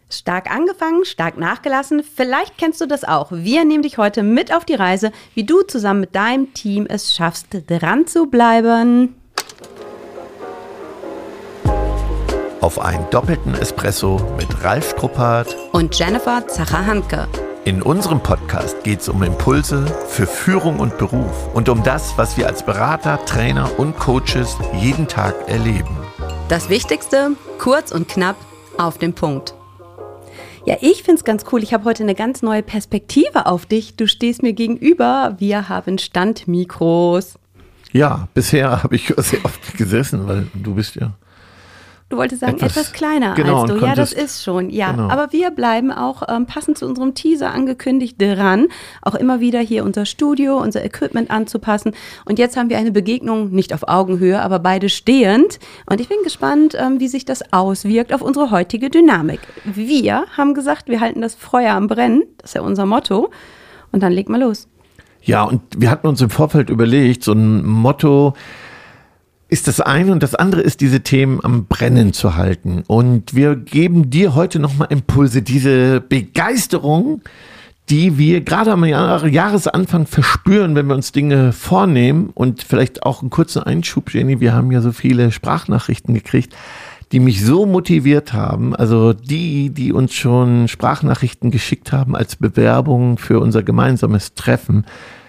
Stark angefangen, stark nachgelassen. Vielleicht kennst du das auch. Wir nehmen dich heute mit auf die Reise, wie du zusammen mit deinem Team es schaffst, dran zu bleiben. Auf einen doppelten Espresso mit Ralf Struppert und Jennifer Zacher-Handke. In unserem Podcast geht es um Impulse für Führung und Beruf und um das, was wir als Berater, Trainer und Coaches jeden Tag erleben. Das Wichtigste, kurz und knapp, auf den Punkt. Ja, ich finde es ganz cool. Ich habe heute eine ganz neue Perspektive auf dich. Du stehst mir gegenüber. Wir haben Standmikros. Ja, bisher habe ich sehr oft gesessen, weil du bist ja... Du wolltest sagen, etwas kleiner genau, als du. Ja, das ist schon. Ja, genau. Aber wir bleiben auch passend zu unserem Teaser angekündigt dran, auch immer wieder hier unser Studio, unser Equipment anzupassen. Und jetzt haben wir eine Begegnung, nicht auf Augenhöhe, aber beide stehend. Und ich bin gespannt, wie sich das auswirkt auf unsere heutige Dynamik. Wir haben gesagt, wir halten das Feuer am Brennen. Das ist ja unser Motto. Und dann leg mal los. Ja, und wir hatten uns im Vorfeld überlegt, so ein Motto ist das eine und das andere ist, diese Themen am Brennen zu halten. Und wir geben dir heute nochmal Impulse, diese Begeisterung, die wir gerade am Jahresanfang verspüren, wenn wir uns Dinge vornehmen. Und vielleicht auch einen kurzen Einschub, Jenny, wir haben ja so viele Sprachnachrichten gekriegt, die mich so motiviert haben. Also die uns schon Sprachnachrichten geschickt haben als Bewerbung für unser gemeinsames Treffen.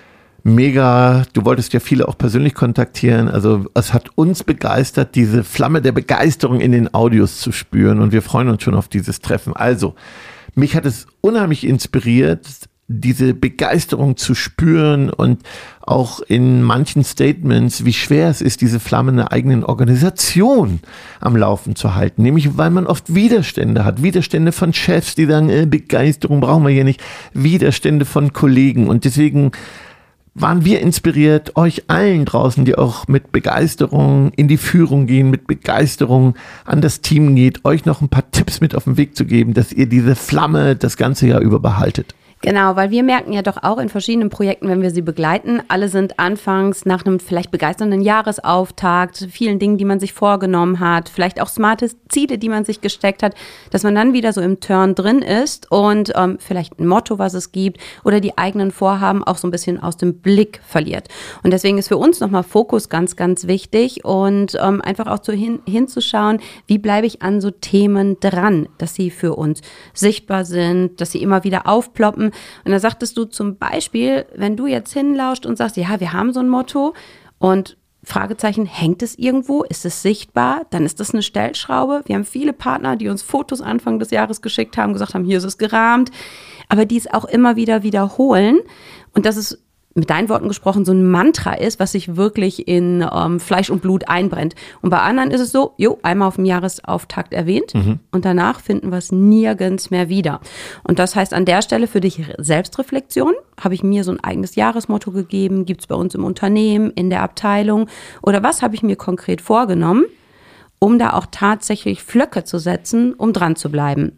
Mega, du wolltest ja viele auch persönlich kontaktieren, also es hat uns begeistert, diese Flamme der Begeisterung in den Audios zu spüren und wir freuen uns schon auf dieses Treffen. Also, mich hat es unheimlich inspiriert, diese Begeisterung zu spüren und auch in manchen Statements, wie schwer es ist, diese Flamme einer eigenen Organisation am Laufen zu halten, nämlich weil man oft Widerstände hat, Widerstände von Chefs, die sagen, Begeisterung brauchen wir hier nicht, Widerstände von Kollegen und deswegen waren wir inspiriert, euch allen draußen, die auch mit Begeisterung in die Führung gehen, mit Begeisterung an das Team geht, euch noch ein paar Tipps mit auf den Weg zu geben, dass ihr diese Flamme das ganze Jahr über behaltet. Genau, weil wir merken ja doch auch in verschiedenen Projekten, wenn wir sie begleiten, alle sind anfangs nach einem vielleicht begeisternden Jahresauftakt, vielen Dingen, die man sich vorgenommen hat, vielleicht auch smarte Ziele, die man sich gesteckt hat, dass man dann wieder so im Turn drin ist und vielleicht ein Motto, was es gibt oder die eigenen Vorhaben auch so ein bisschen aus dem Blick verliert. Und deswegen ist für uns nochmal Fokus ganz, ganz wichtig und einfach auch hinzuschauen, wie bleibe ich an so Themen dran, dass sie für uns sichtbar sind, dass sie immer wieder aufploppen. Und da sagtest du zum Beispiel, wenn du jetzt hinlauscht und sagst, ja, wir haben so ein Motto und Fragezeichen, hängt es irgendwo? Ist es sichtbar? Dann ist das eine Stellschraube. Wir haben viele Partner, die uns Fotos Anfang des Jahres geschickt haben, gesagt haben, hier ist es gerahmt, aber die es auch immer wieder wiederholen. Und das ist mit deinen Worten gesprochen, so ein Mantra ist, was sich wirklich in Fleisch und Blut einbrennt. Und bei anderen ist es so, einmal auf dem Jahresauftakt erwähnt und danach finden wir es nirgends mehr wieder. Und das heißt an der Stelle für dich Selbstreflexion, habe ich mir so ein eigenes Jahresmotto gegeben, gibt es bei uns im Unternehmen, in der Abteilung oder was habe ich mir konkret vorgenommen, um da auch tatsächlich Flöcke zu setzen, um dran zu bleiben.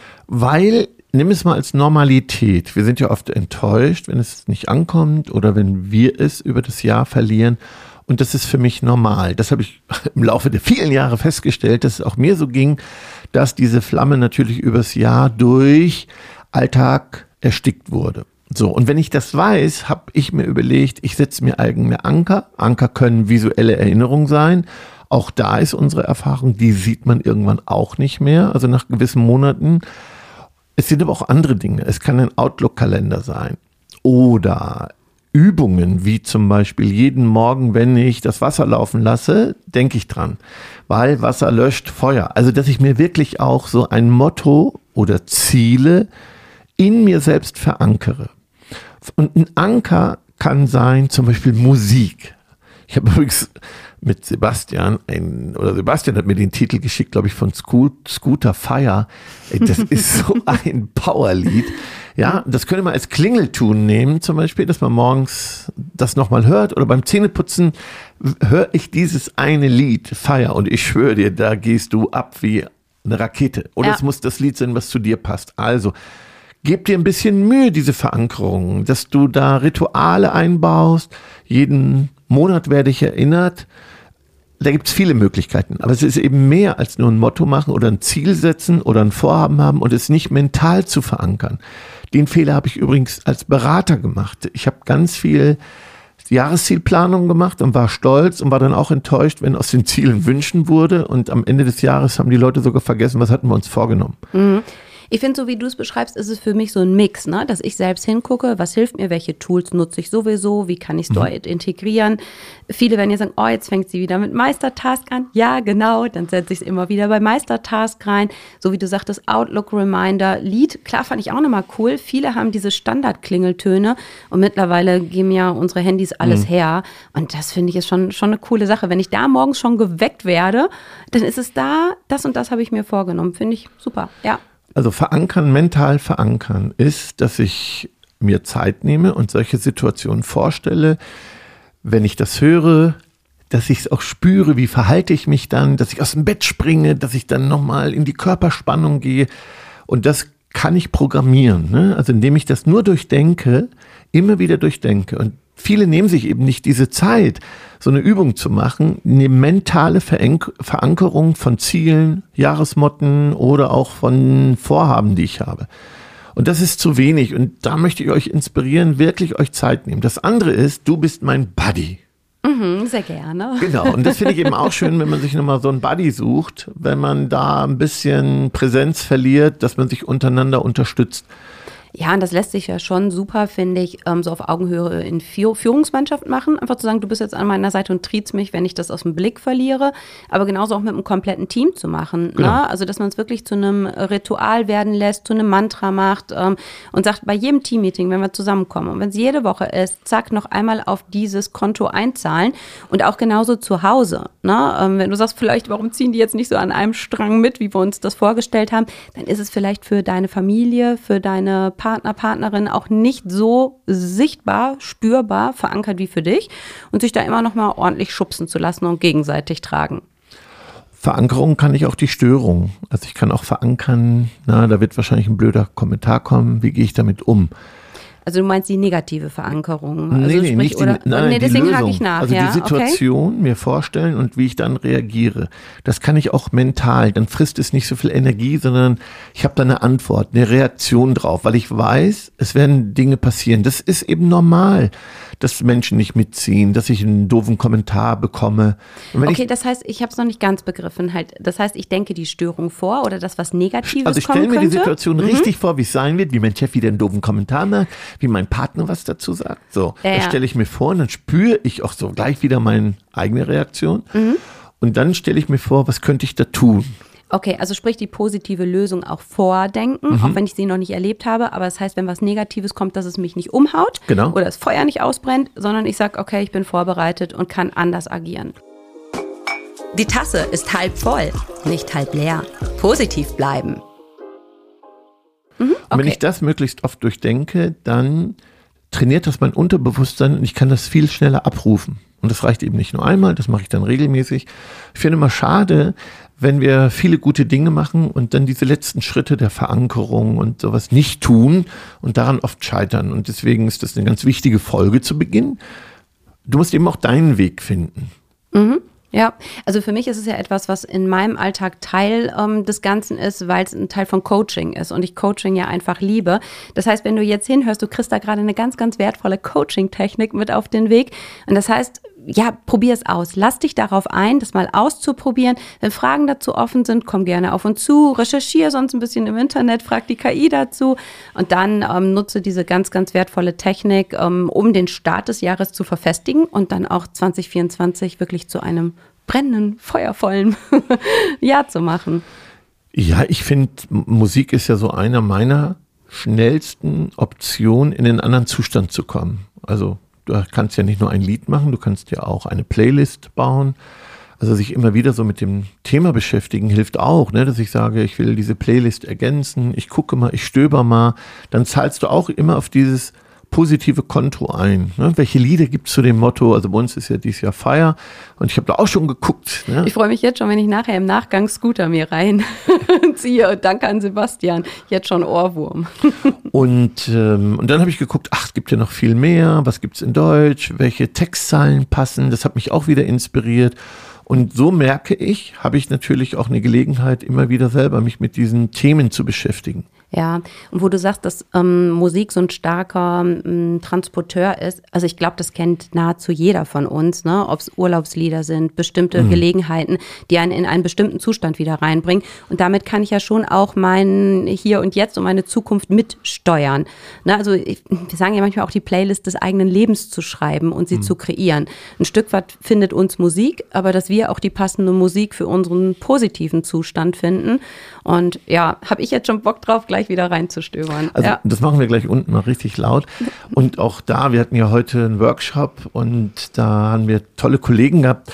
Weil nimm es mal als Normalität. Wir sind ja oft enttäuscht, wenn es nicht ankommt oder wenn wir es über das Jahr verlieren. Und das ist für mich normal. Das habe ich im Laufe der vielen Jahre festgestellt, dass es auch mir so ging, dass diese Flamme natürlich übers Jahr durch Alltag erstickt wurde. So, und wenn ich das weiß, habe ich mir überlegt, ich setze mir eigene Anker. Anker können visuelle Erinnerungen sein. Auch da ist unsere Erfahrung, die sieht man irgendwann auch nicht mehr. Also nach gewissen Monaten. Es sind aber auch andere Dinge. Es kann ein Outlook-Kalender sein oder Übungen, wie zum Beispiel jeden Morgen, wenn ich das Wasser laufen lasse, denke ich dran, weil Wasser löscht Feuer. Also, dass ich mir wirklich auch so ein Motto oder Ziele in mir selbst verankere. Und ein Anker kann sein, zum Beispiel Musik. Ich habe übrigens mit Sebastian Sebastian hat mir den Titel geschickt, glaube ich, von Scooter Fire. Das ist so ein Powerlied. Ja, das könnte man als Klingelton nehmen, zum Beispiel, dass man morgens das nochmal hört oder beim Zähneputzen höre ich dieses eine Lied, Fire, und ich schwöre dir, da gehst du ab wie eine Rakete. Oder es muss das Lied sein, was zu dir passt. Also, gib dir ein bisschen Mühe, diese Verankerung, dass du da Rituale einbaust. Jeden Monat werde ich erinnert. da gibt es viele Möglichkeiten, aber es ist eben mehr als nur ein Motto machen oder ein Ziel setzen oder ein Vorhaben haben und es nicht mental zu verankern. Den Fehler habe ich übrigens als Berater gemacht. Ich habe ganz viel Jahreszielplanung gemacht und war stolz und war dann auch enttäuscht, wenn aus den Zielen Wünschen wurde und am Ende des Jahres haben die Leute sogar vergessen, was hatten wir uns vorgenommen. Mhm. Ich finde, so wie du es beschreibst, ist es für mich so ein Mix, ne? Dass ich selbst hingucke, was hilft mir, welche Tools nutze ich sowieso, wie kann ich es dort integrieren. Viele werden ja sagen, oh, jetzt fängt sie wieder mit Meistertask an. Ja, genau, dann setze ich es immer wieder bei Meistertask rein. So wie du sagtest, Outlook Reminder, Lied, klar, fand ich auch nochmal cool. Viele haben diese Standard-Klingeltöne und mittlerweile geben ja unsere Handys alles her. Und das finde ich ist schon eine coole Sache. Wenn ich da morgens schon geweckt werde, dann ist es da, das und das habe ich mir vorgenommen. Finde ich super, ja. Also verankern, mental verankern ist, dass ich mir Zeit nehme und solche Situationen vorstelle, wenn ich das höre, dass ich es auch spüre, wie verhalte ich mich dann, dass ich aus dem Bett springe, dass ich dann nochmal in die Körperspannung gehe und das kann ich programmieren, ne? Also indem ich das nur durchdenke, immer wieder durchdenke und viele nehmen sich eben nicht diese Zeit, so eine Übung zu machen, eine mentale Verankerung von Zielen, Jahresmotten oder auch von Vorhaben, die ich habe. Und das ist zu wenig und da möchte ich euch inspirieren, wirklich euch Zeit nehmen. Das andere ist, du bist mein Buddy. Sehr gerne. Genau, und das finde ich eben auch schön, wenn man sich nochmal so einen Buddy sucht, wenn man da ein bisschen Präsenz verliert, dass man sich untereinander unterstützt. Ja, und das lässt sich ja schon super, finde ich, so auf Augenhöhe in Führungsmannschaft machen. Einfach zu sagen, du bist jetzt an meiner Seite und trittst mich, wenn ich das aus dem Blick verliere. Aber genauso auch mit einem kompletten Team zu machen. Genau. Ne? Also, dass man es wirklich zu einem Ritual werden lässt, zu einem Mantra macht und sagt, bei jedem Teammeeting, wenn wir zusammenkommen und wenn es jede Woche ist, zack, noch einmal auf dieses Konto einzahlen. Und auch genauso zu Hause. Ne? Wenn du sagst, vielleicht, warum ziehen die jetzt nicht so an einem Strang mit, wie wir uns das vorgestellt haben, dann ist es vielleicht für deine Familie, für deine Partner, Partnerin auch nicht so sichtbar, spürbar verankert wie für dich und sich da immer noch mal ordentlich schubsen zu lassen und gegenseitig tragen. Verankerung kann ich auch die Störung. Also ich kann auch verankern, da wird wahrscheinlich ein blöder Kommentar kommen, wie gehe ich damit um? Also du meinst die negative Verankerung? Also Nee, sprich, nicht oder, nein, die deswegen Lösung. hake ich nach. Also ja? die Situation mir vorstellen und wie ich dann reagiere. Das kann ich auch mental. Dann frisst es nicht so viel Energie, sondern ich habe da eine Antwort, eine Reaktion drauf, weil ich weiß, es werden Dinge passieren. Das ist eben normal, dass Menschen nicht mitziehen, dass ich einen doofen Kommentar bekomme. Okay, das heißt, ich habe es noch nicht ganz begriffen. Halt, das heißt, ich denke die Störung vor oder das, was Negatives Also ich kommen stelle mir die könnte? Situation richtig vor, wie es sein wird, wie mein Chef wieder einen doofen Kommentar macht, wie mein Partner was dazu sagt. So, das stelle ich mir vor und dann spüre ich auch so gleich wieder meine eigene Reaktion. Und dann stelle ich mir vor, was könnte ich da tun? Okay, also sprich die positive Lösung auch vordenken, auch wenn ich sie noch nicht erlebt habe. Aber das heißt, wenn was Negatives kommt, dass es mich nicht umhaut Genau. oder das Feuer nicht ausbrennt, sondern ich sage, okay, ich bin vorbereitet und kann anders agieren. Die Tasse ist halb voll, nicht halb leer. Positiv bleiben. Und wenn ich das möglichst oft durchdenke, dann trainiert das mein Unterbewusstsein und ich kann das viel schneller abrufen. Und das reicht eben nicht nur einmal, das mache ich dann regelmäßig. Ich finde immer schade, wenn wir viele gute Dinge machen und dann diese letzten Schritte der Verankerung und sowas nicht tun und daran oft scheitern. Und deswegen ist das eine ganz wichtige Folge zu Beginn. Du musst eben auch deinen Weg finden. Ja, also für mich ist es ja etwas, was in meinem Alltag Teil des Ganzen ist, weil es ein Teil von Coaching ist und ich Coaching ja einfach liebe. Das heißt, wenn du jetzt hinhörst, du kriegst da gerade eine ganz, ganz wertvolle Coaching-Technik mit auf den Weg. Und das heißt, ja, probier es aus. Lass dich darauf ein, das mal auszuprobieren. Wenn Fragen dazu offen sind, komm gerne auf uns zu. Recherchiere sonst ein bisschen im Internet, frag die KI dazu. Und dann nutze diese ganz, ganz wertvolle Technik, um den Start des Jahres zu verfestigen und dann auch 2024 wirklich zu einem brennenden, feuervollen Jahr zu machen. Ja, ich finde, Musik ist ja so einer meiner schnellsten Optionen, in einen anderen Zustand zu kommen. Also du kannst ja nicht nur ein Lied machen, du kannst ja auch eine Playlist bauen. Also sich immer wieder so mit dem Thema beschäftigen hilft auch, ne? Dass ich sage, ich will diese Playlist ergänzen, ich gucke mal, ich stöber mal. Dann zahlst du auch immer auf dieses positive Konto ein. Ne? Welche Lieder gibt es zu dem Motto? Also bei uns ist ja dieses Jahr Feier und ich habe da auch schon geguckt. Ne? Ich freue mich jetzt schon, wenn ich nachher im Nachgang Scooter mir reinziehe. Danke an Sebastian. Jetzt schon Ohrwurm. Und dann habe ich geguckt, es gibt ja noch viel mehr. Was gibt es in Deutsch? Welche Textzeilen passen? Das hat mich auch wieder inspiriert. Und so merke ich, habe ich natürlich auch eine Gelegenheit, immer wieder selber mich mit diesen Themen zu beschäftigen. Ja, und wo du sagst, dass Musik so ein starker Transporteur ist, also ich glaube, das kennt nahezu jeder von uns, ne? Ob es Urlaubslieder sind, bestimmte Gelegenheiten, die einen in einen bestimmten Zustand wieder reinbringen. Und damit kann ich ja schon auch mein Hier und Jetzt und meine Zukunft mitsteuern. Ne? Also wir sagen ja manchmal auch, die Playlist des eigenen Lebens zu schreiben und sie zu kreieren. Ein Stück weit findet uns Musik, aber dass wir auch die passende Musik für unseren positiven Zustand finden. Und ja, habe ich jetzt schon Bock drauf, gleich wieder reinzustöbern. Also das machen wir gleich unten mal richtig laut. Und auch da, wir hatten ja heute einen Workshop und da haben wir tolle Kollegen gehabt.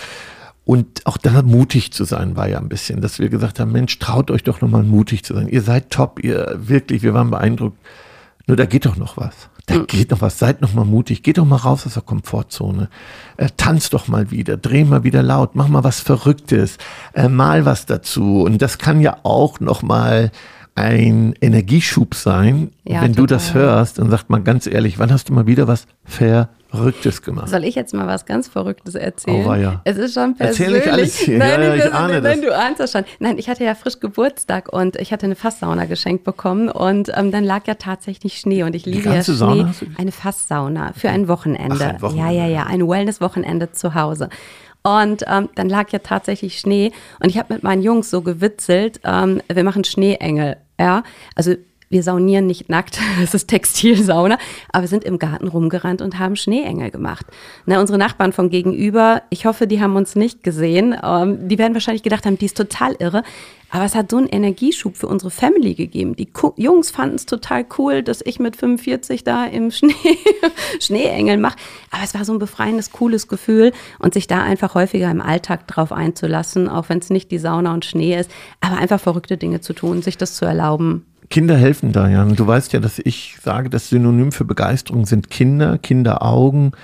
Und auch da mutig zu sein war ja ein bisschen, dass wir gesagt haben, Mensch, traut euch doch nochmal mutig zu sein. Ihr seid top, ihr wirklich, wir waren beeindruckt. Nur da geht doch noch was. Da geht noch was, seid noch mal mutig, geht doch mal raus aus der Komfortzone, tanzt doch mal wieder, dreh mal wieder laut, mach mal was Verrücktes, mal was dazu. Und das kann ja auch noch mal ein Energieschub sein, ja, wenn du das hörst und sag mal ganz ehrlich, wann hast du mal wieder was Verrücktes gemacht? Soll ich jetzt mal was ganz Verrücktes erzählen? Oh, ja. Es ist schon persönlich. Erzähl nicht alles hier. Nein, ja, ich ahne das. Nein, du ahnst das schon. Nein, ich hatte ja frisch Geburtstag und ich hatte eine Fasssauna geschenkt bekommen und dann lag ja tatsächlich Schnee und ich liebe ja Schnee. Sauna hast du? Eine Fasssauna für ein Wochenende. Ach, ein Wochenende. Ja, ein Wellness-Wochenende zu Hause. Und dann lag ja tatsächlich Schnee und ich habe mit meinen Jungs so gewitzelt, wir machen Schneeengel, ja, also wir saunieren nicht nackt, das ist Textilsauna, aber wir sind im Garten rumgerannt und haben Schneeengel gemacht. Na, unsere Nachbarn von gegenüber, ich hoffe, die haben uns nicht gesehen, die werden wahrscheinlich gedacht haben, die ist total irre, aber es hat so einen Energieschub für unsere Family gegeben. Die Jungs fanden es total cool, dass ich mit 45 da im Schnee Schneeengel mache, aber es war so ein befreiendes, cooles Gefühl und sich da einfach häufiger im Alltag drauf einzulassen, auch wenn es nicht die Sauna und Schnee ist, aber einfach verrückte Dinge zu tun, sich das zu erlauben. Kinder helfen da, Jan. Du weißt ja, dass ich sage, das Synonym für Begeisterung sind Kinder, Kinderaugen.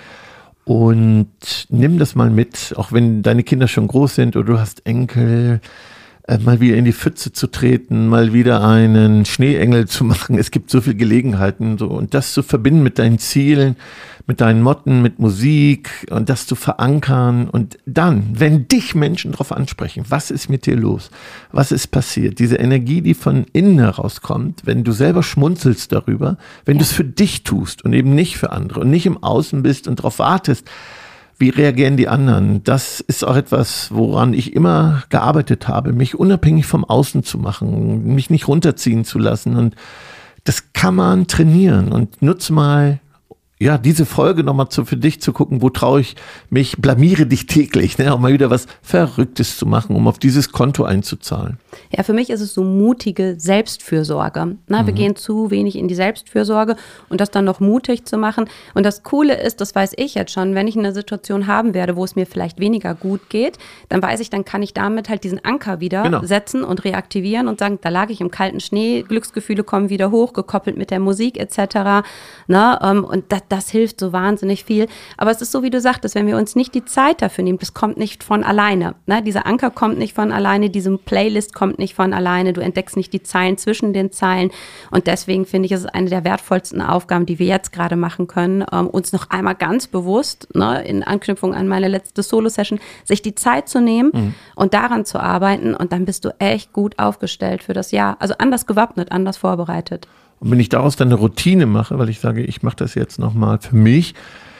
Und nimm das mal mit, auch wenn deine Kinder schon groß sind oder du hast Enkel, mal wieder in die Pfütze zu treten, mal wieder einen Schneeengel zu machen. Es gibt so viele Gelegenheiten so, und das zu verbinden mit deinen Zielen, mit deinen Motten, mit Musik und das zu verankern. Und dann, wenn dich Menschen darauf ansprechen, was ist mit dir los? Was ist passiert? Diese Energie, die von innen herauskommt, wenn du selber schmunzelst darüber, wenn du es für dich tust und eben nicht für andere und nicht im Außen bist und darauf wartest, wie reagieren die anderen? Das ist auch etwas, woran ich immer gearbeitet habe, mich unabhängig vom Außen zu machen, mich nicht runterziehen zu lassen. Und das kann man trainieren. Und nutz mal diese Folge nochmal für dich zu gucken, wo traue ich mich, blamiere dich täglich, ne, um mal wieder was Verrücktes zu machen, um auf dieses Konto einzuzahlen. Ja, für mich ist es so mutige Selbstfürsorge. Na, wir gehen zu wenig in die Selbstfürsorge und das dann noch mutig zu machen. Und das Coole ist, das weiß ich jetzt schon, wenn ich eine Situation haben werde, wo es mir vielleicht weniger gut geht, dann weiß ich, dann kann ich damit halt diesen Anker wieder setzen und reaktivieren und sagen, da lag ich im kalten Schnee, Glücksgefühle kommen wieder hoch, gekoppelt mit der Musik etc. Na, und das hilft so wahnsinnig viel. Aber es ist so, wie du sagtest, wenn wir uns nicht die Zeit dafür nehmen, das kommt nicht von alleine. Ne? Dieser Anker kommt nicht von alleine, diese Playlist kommt nicht von alleine, du entdeckst nicht die Zeilen zwischen den Zeilen. Und deswegen finde ich, es ist eine der wertvollsten Aufgaben, die wir jetzt gerade machen können, uns noch einmal ganz bewusst, ne, in Anknüpfung an meine letzte Solo-Session, sich die Zeit zu nehmen und daran zu arbeiten. Und dann bist du echt gut aufgestellt für das Jahr. Also anders gewappnet, anders vorbereitet. Und wenn ich daraus dann eine Routine mache, weil ich sage, ich mache das jetzt nochmal für mich,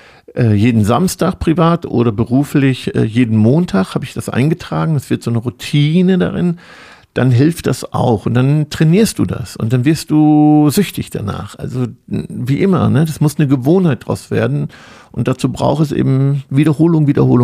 jeden Samstag privat oder beruflich, jeden Montag habe ich das eingetragen, es wird so eine Routine darin, dann hilft das auch und dann trainierst du das und dann wirst du süchtig danach. Also wie immer, ne? Das muss eine Gewohnheit draus werden und dazu braucht es eben Wiederholung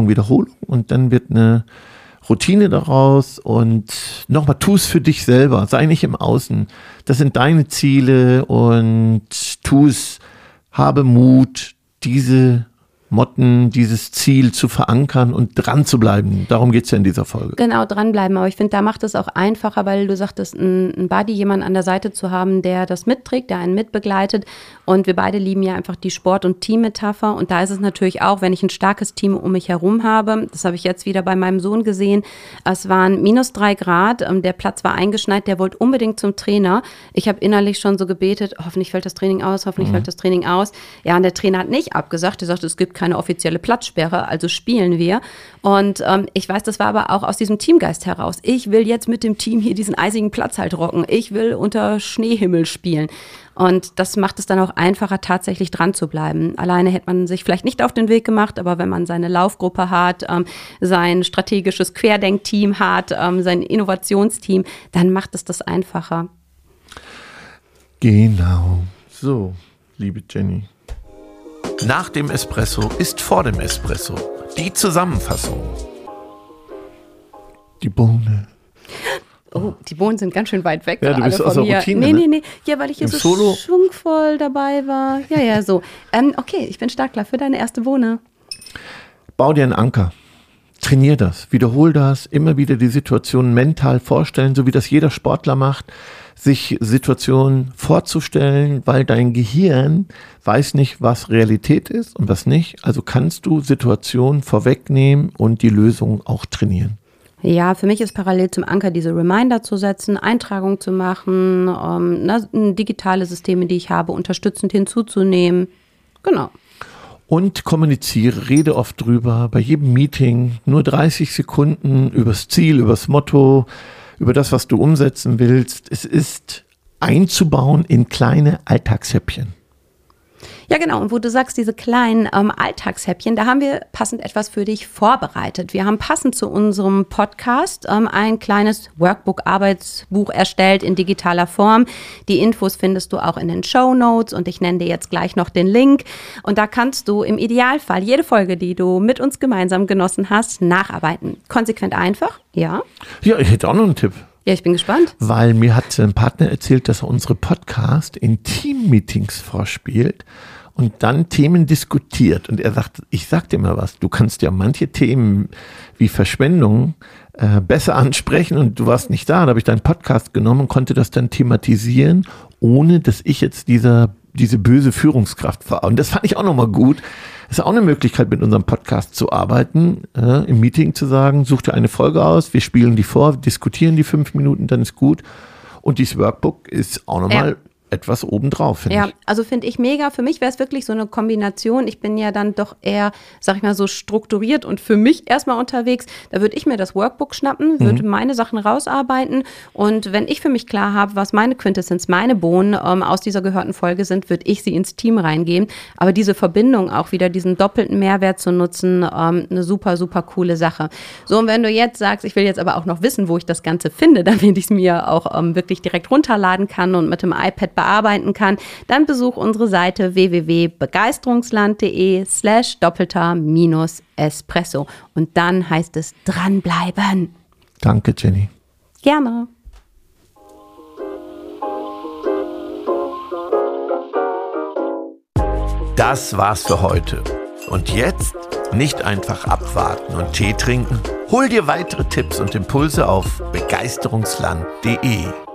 und dann wird eine Routine daraus und nochmal, tu es für dich selber, sei nicht im Außen. Das sind deine Ziele und tu es, habe Mut, diese Motten, dieses Ziel zu verankern und dran zu bleiben. Darum geht es ja in dieser Folge. Genau, dranbleiben. Aber ich finde, da macht es auch einfacher, weil du sagtest, ein Buddy, jemanden an der Seite zu haben, der das mitträgt, der einen mitbegleitet. Und wir beide lieben ja einfach die Sport- und Teammetapher. Und da ist es natürlich auch, wenn ich ein starkes Team um mich herum habe, das habe ich jetzt wieder bei meinem Sohn gesehen, es waren -3 Grad, der Platz war eingeschneit, der wollte unbedingt zum Trainer. Ich habe innerlich schon so gebetet, hoffentlich fällt das Training aus, hoffentlich fällt das Training aus. Ja, und der Trainer hat nicht abgesagt, er sagte, es gibt kein keine offizielle Platzsperre, also spielen wir. Und ich weiß, das war aber auch aus diesem Teamgeist heraus. Ich will jetzt mit dem Team hier diesen eisigen Platz halt rocken. Ich will unter Schneehimmel spielen. Und das macht es dann auch einfacher, tatsächlich dran zu bleiben. Alleine hätte man sich vielleicht nicht auf den Weg gemacht, aber wenn man seine Laufgruppe hat, sein strategisches Querdenkteam hat, sein Innovationsteam, dann macht es das einfacher. Genau. So, liebe Jenny. Nach dem Espresso ist vor dem Espresso. Die Zusammenfassung. Die Bohne. Oh, die Bohnen sind ganz schön weit weg. Ja, du bist aus der Routine. Nee. Ja, weil ich hier so schwungvoll dabei war. Ja, so. Okay, ich bin startklar für deine erste Bohne. Bau dir einen Anker. Trainier das. Wiederhol das. Immer wieder die Situation mental vorstellen, so wie das jeder Sportler macht. Sich Situationen vorzustellen, weil dein Gehirn weiß nicht, was Realität ist und was nicht. Also kannst du Situationen vorwegnehmen und die Lösung auch trainieren. Ja, für mich ist parallel zum Anker diese Reminder zu setzen, Eintragung zu machen, digitale Systeme, die ich habe, unterstützend hinzuzunehmen. Genau. Und kommuniziere, rede oft drüber, bei jedem Meeting nur 30 Sekunden übers Ziel, übers Motto, über das, was du umsetzen willst. Es ist einzubauen in kleine Alltagshäppchen. Ja, genau. Und wo du sagst, diese kleinen Alltagshäppchen, da haben wir passend etwas für dich vorbereitet. Wir haben passend zu unserem Podcast ein kleines Workbook-Arbeitsbuch erstellt in digitaler Form. Die Infos findest du auch in den Shownotes und ich nenne dir jetzt gleich noch den Link. Und da kannst du im Idealfall jede Folge, die du mit uns gemeinsam genossen hast, nacharbeiten. Konsequent einfach, ja. Ja, ich hätte auch noch einen Tipp. Ja, ich bin gespannt. Weil mir hat ein Partner erzählt, dass er unsere Podcast in Team-Meetings vorspielt und dann Themen diskutiert. Und er sagt, ich sag dir mal was, du kannst ja manche Themen wie Verschwendung besser ansprechen und du warst nicht da. Da habe ich deinen Podcast genommen und konnte das dann thematisieren, ohne dass ich jetzt diese böse Führungskraft war. Und das fand ich auch nochmal gut. Das ist auch eine Möglichkeit, mit unserem Podcast zu arbeiten, im Meeting zu sagen, such dir eine Folge aus, wir spielen die vor, diskutieren die 5 Minuten, dann ist gut. Und dieses Workbook ist auch nochmal etwas obendrauf, finde ich. Ja, also finde ich mega. Für mich wäre es wirklich so eine Kombination. Ich bin ja dann doch eher, sag ich mal, so strukturiert und für mich erstmal unterwegs. Da würde ich mir das Workbook schnappen, würde meine Sachen rausarbeiten und wenn ich für mich klar habe, was meine Quintessenz, meine Bohnen aus dieser gehörten Folge sind, würde ich sie ins Team reingeben. Aber diese Verbindung auch wieder, diesen doppelten Mehrwert zu nutzen, eine super, super coole Sache. So, und wenn du jetzt sagst, ich will jetzt aber auch noch wissen, wo ich das Ganze finde, damit ich es mir auch wirklich direkt runterladen kann und mit dem iPad bearbeiten kann, dann besuch unsere Seite www.begeisterungsland.de/doppelter-espresso und dann heißt es dranbleiben. Danke, Jenny. Gerne. Das war's für heute. Und jetzt nicht einfach abwarten und Tee trinken. Hol dir weitere Tipps und Impulse auf begeisterungsland.de.